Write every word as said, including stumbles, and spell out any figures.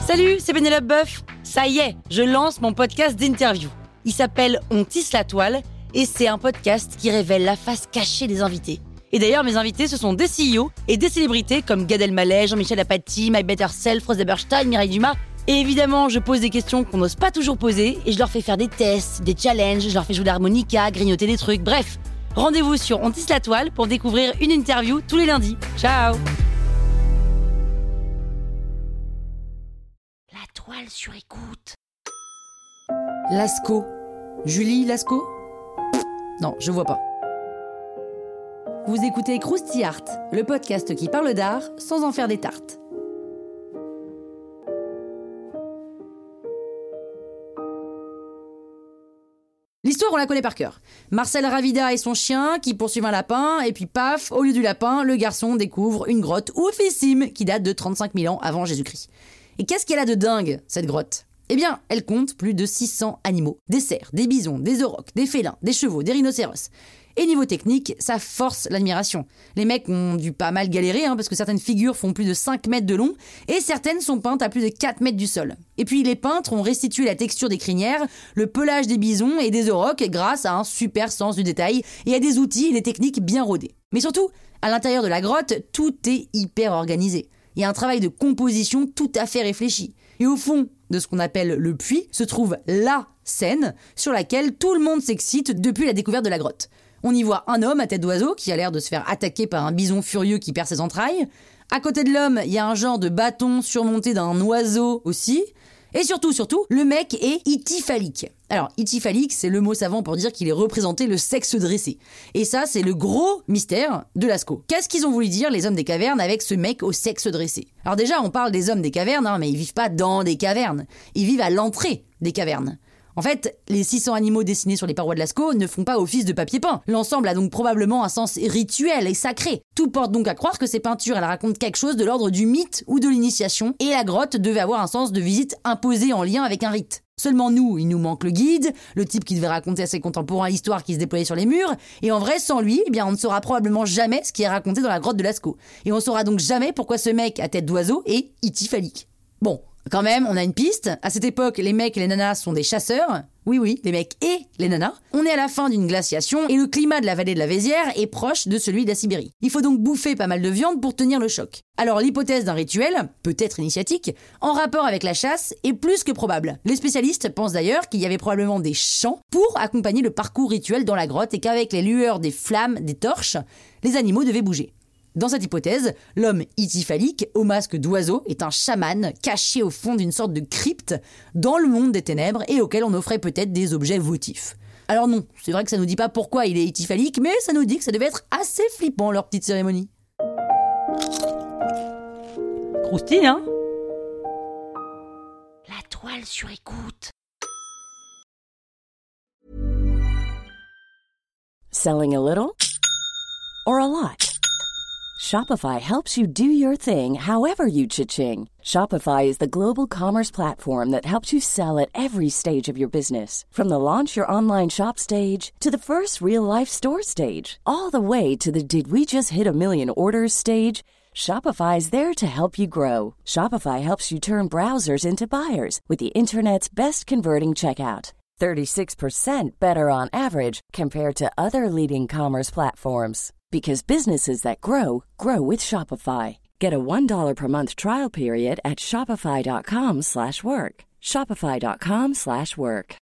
Salut, c'est Pénélope Boeuf. Ça y est, je lance mon podcast d'interview. Il s'appelle On tisse la toile et c'est un podcast qui révèle la face cachée des invités. Et d'ailleurs, mes invités, ce sont des C E O et des célébrités comme Gad Elmaleh, Jean-Michel Apathy, My Better Self, Rose Eberstein, Mireille Dumas. Et évidemment, je pose des questions qu'on n'ose pas toujours poser et je leur fais faire des tests, des challenges, je leur fais jouer l'harmonica, grignoter des trucs, bref. Rendez-vous sur On tisse la toile pour découvrir une interview tous les lundis. Ciao! La toile sur écoute. Lascaux. Julie Lascaux ? Non, je vois pas. Vous écoutez Krusty Art, le podcast qui parle d'art sans en faire des tartes. L'histoire, on la connaît par cœur. Marcel Ravida et son chien qui poursuivent un lapin, et puis paf, au lieu du lapin, le garçon découvre une grotte oufissime qui date de trente-cinq mille ans avant Jésus-Christ. Et qu'est-ce qu'elle a de dingue, cette grotte ? Eh bien, elle compte plus de six cents animaux. Des cerfs, des bisons, des aurochs, des félins, des chevaux, des rhinocéros. Et niveau technique, ça force l'admiration. Les mecs ont dû pas mal galérer, hein, parce que certaines figures font plus de cinq mètres de long, et certaines sont peintes à plus de quatre mètres du sol. Et puis les peintres ont restitué la texture des crinières, le pelage des bisons et des aurochs grâce à un super sens du détail et à des outils et des techniques bien rodés. Mais surtout, à l'intérieur de la grotte, tout est hyper organisé. Il y a un travail de composition tout à fait réfléchi. Et au fond de ce qu'on appelle le puits se trouve la scène sur laquelle tout le monde s'excite depuis la découverte de la grotte. On y voit un homme à tête d'oiseau qui a l'air de se faire attaquer par un bison furieux qui perd ses entrailles. À côté de l'homme, il y a un genre de bâton surmonté d'un oiseau aussi. Et surtout, surtout, le mec est ityphallique. Alors, ityphallique, c'est le mot savant pour dire qu'il est représenté le sexe dressé. Et ça, c'est le gros mystère de Lascaux. Qu'est-ce qu'ils ont voulu dire, les hommes des cavernes, avec ce mec au sexe dressé ? Alors déjà, on parle des hommes des cavernes, hein, mais ils vivent pas dans des cavernes. Ils vivent à l'entrée des cavernes. En fait, les six cents animaux dessinés sur les parois de Lascaux ne font pas office de papier peint. L'ensemble a donc probablement un sens rituel et sacré. Tout porte donc à croire que ces peintures, elles racontent quelque chose de l'ordre du mythe ou de l'initiation, et la grotte devait avoir un sens de visite imposé en lien avec un rite. Seulement nous, il nous manque le guide, le type qui devait raconter à ses contemporains l'histoire qui se déployait sur les murs, et en vrai, sans lui, eh bien, on ne saura probablement jamais ce qui est raconté dans la grotte de Lascaux. Et on saura donc jamais pourquoi ce mec à tête d'oiseau est ityphallique. Bon, quand même, on a une piste. À cette époque, les mecs et les nanas sont des chasseurs. Oui, oui, les mecs et les nanas. On est à la fin d'une glaciation et le climat de la vallée de la Vésière est proche de celui de la Sibérie. Il faut donc bouffer pas mal de viande pour tenir le choc. Alors l'hypothèse d'un rituel, peut-être initiatique, en rapport avec la chasse est plus que probable. Les spécialistes pensent d'ailleurs qu'il y avait probablement des chants pour accompagner le parcours rituel dans la grotte et qu'avec les lueurs des flammes, des torches, les animaux devaient bouger. Dans cette hypothèse, l'homme ityphallique, au masque d'oiseau, est un chaman caché au fond d'une sorte de crypte dans le monde des ténèbres et auquel on offrait peut-être des objets votifs. Alors non, c'est vrai que ça nous dit pas pourquoi il est ityphallique, mais ça nous dit que ça devait être assez flippant leur petite cérémonie. Croustille, hein ? La toile sur écoute. Selling a little or a lot? Shopify helps you do your thing however you cha-ching. Shopify is the global commerce platform that helps you sell at every stage of your business. From the launch your online shop stage to the first real-life store stage, all the way to the did we just hit a million orders stage. Shopify's there to help you grow. Shopify helps you turn browsers into buyers with the internet's best converting checkout. thirty-six percent better on average compared to other leading commerce platforms. Because businesses that grow, grow with Shopify. Get a one dollar per month trial period at shopify.com slash work. Shopify.com slash work.